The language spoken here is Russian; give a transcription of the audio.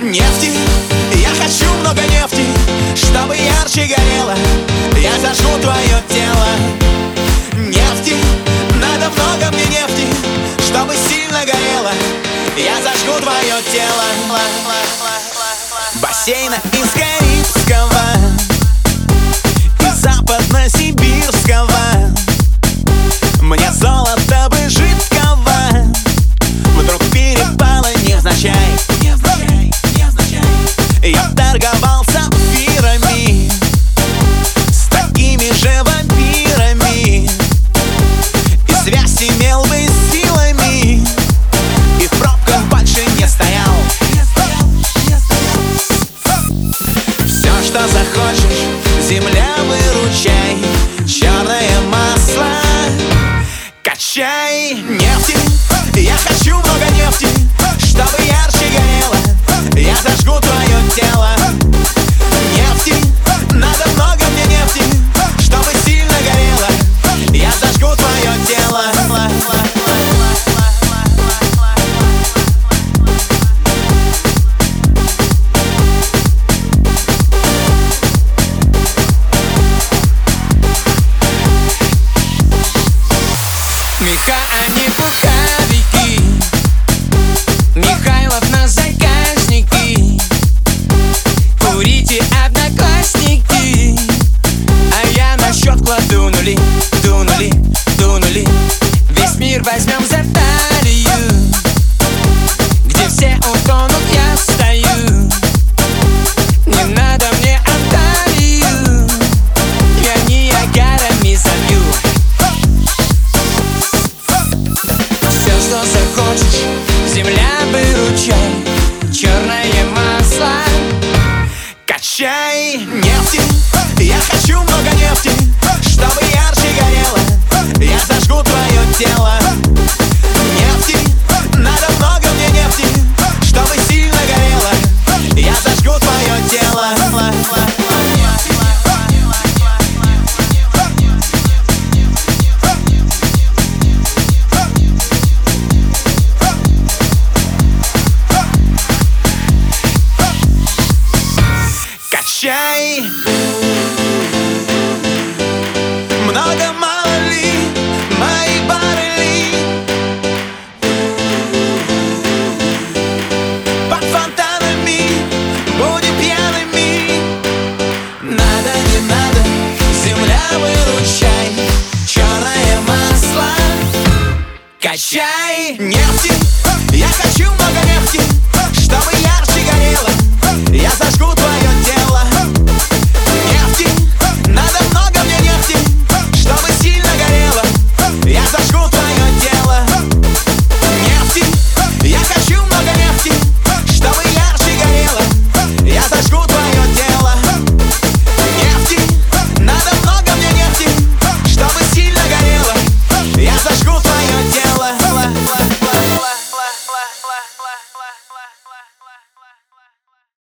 нефти, я хочу много нефти, чтобы ярче горело. Я зажгу твое тело. Нефти, надо много мне нефти, чтобы сильно горело. Я зажгу твое тело. Бассейна из Карибского и Западно-Сибирского мне золото бы жидкого вдруг перепало невзначай. Я торговал сапфирами с такими же вампирами и связь имел бы с силами, и в пробках больше не стоял. Все, что захочешь, земля, выручай. Черное масло качай. Нефти, я хочу много нефти, чтобы ярче горело. Я зажгу твое тело. Нефти, надо много мне нефти, чтобы сильно горело. Я зажгу твое тело. Меха, они пуховики, Михайлов на заказники. Курите, одноклассники, а я на счет кладу нули. Дунули, дунули, весь мир возьмем за талию. Где все утонут, я стою. Не надо мне Анталию, я Ниагарами забью. Все, что захочешь, земля, выручай. Черное масло качай. Нефти, я хочу много нефти, чтобы ярче горело. Я зажгу твое тело. Нефти, надо много мне нефти, чтобы сильно горело. Я зажгу твое тело. Качай. Много, мало ли, мои баррели под фонтанами будем пьяными. Надо, не надо, земля, выручай. Черное масло качай. Нефти, я хочу много нефти, чтобы ярче горело. Я зажгу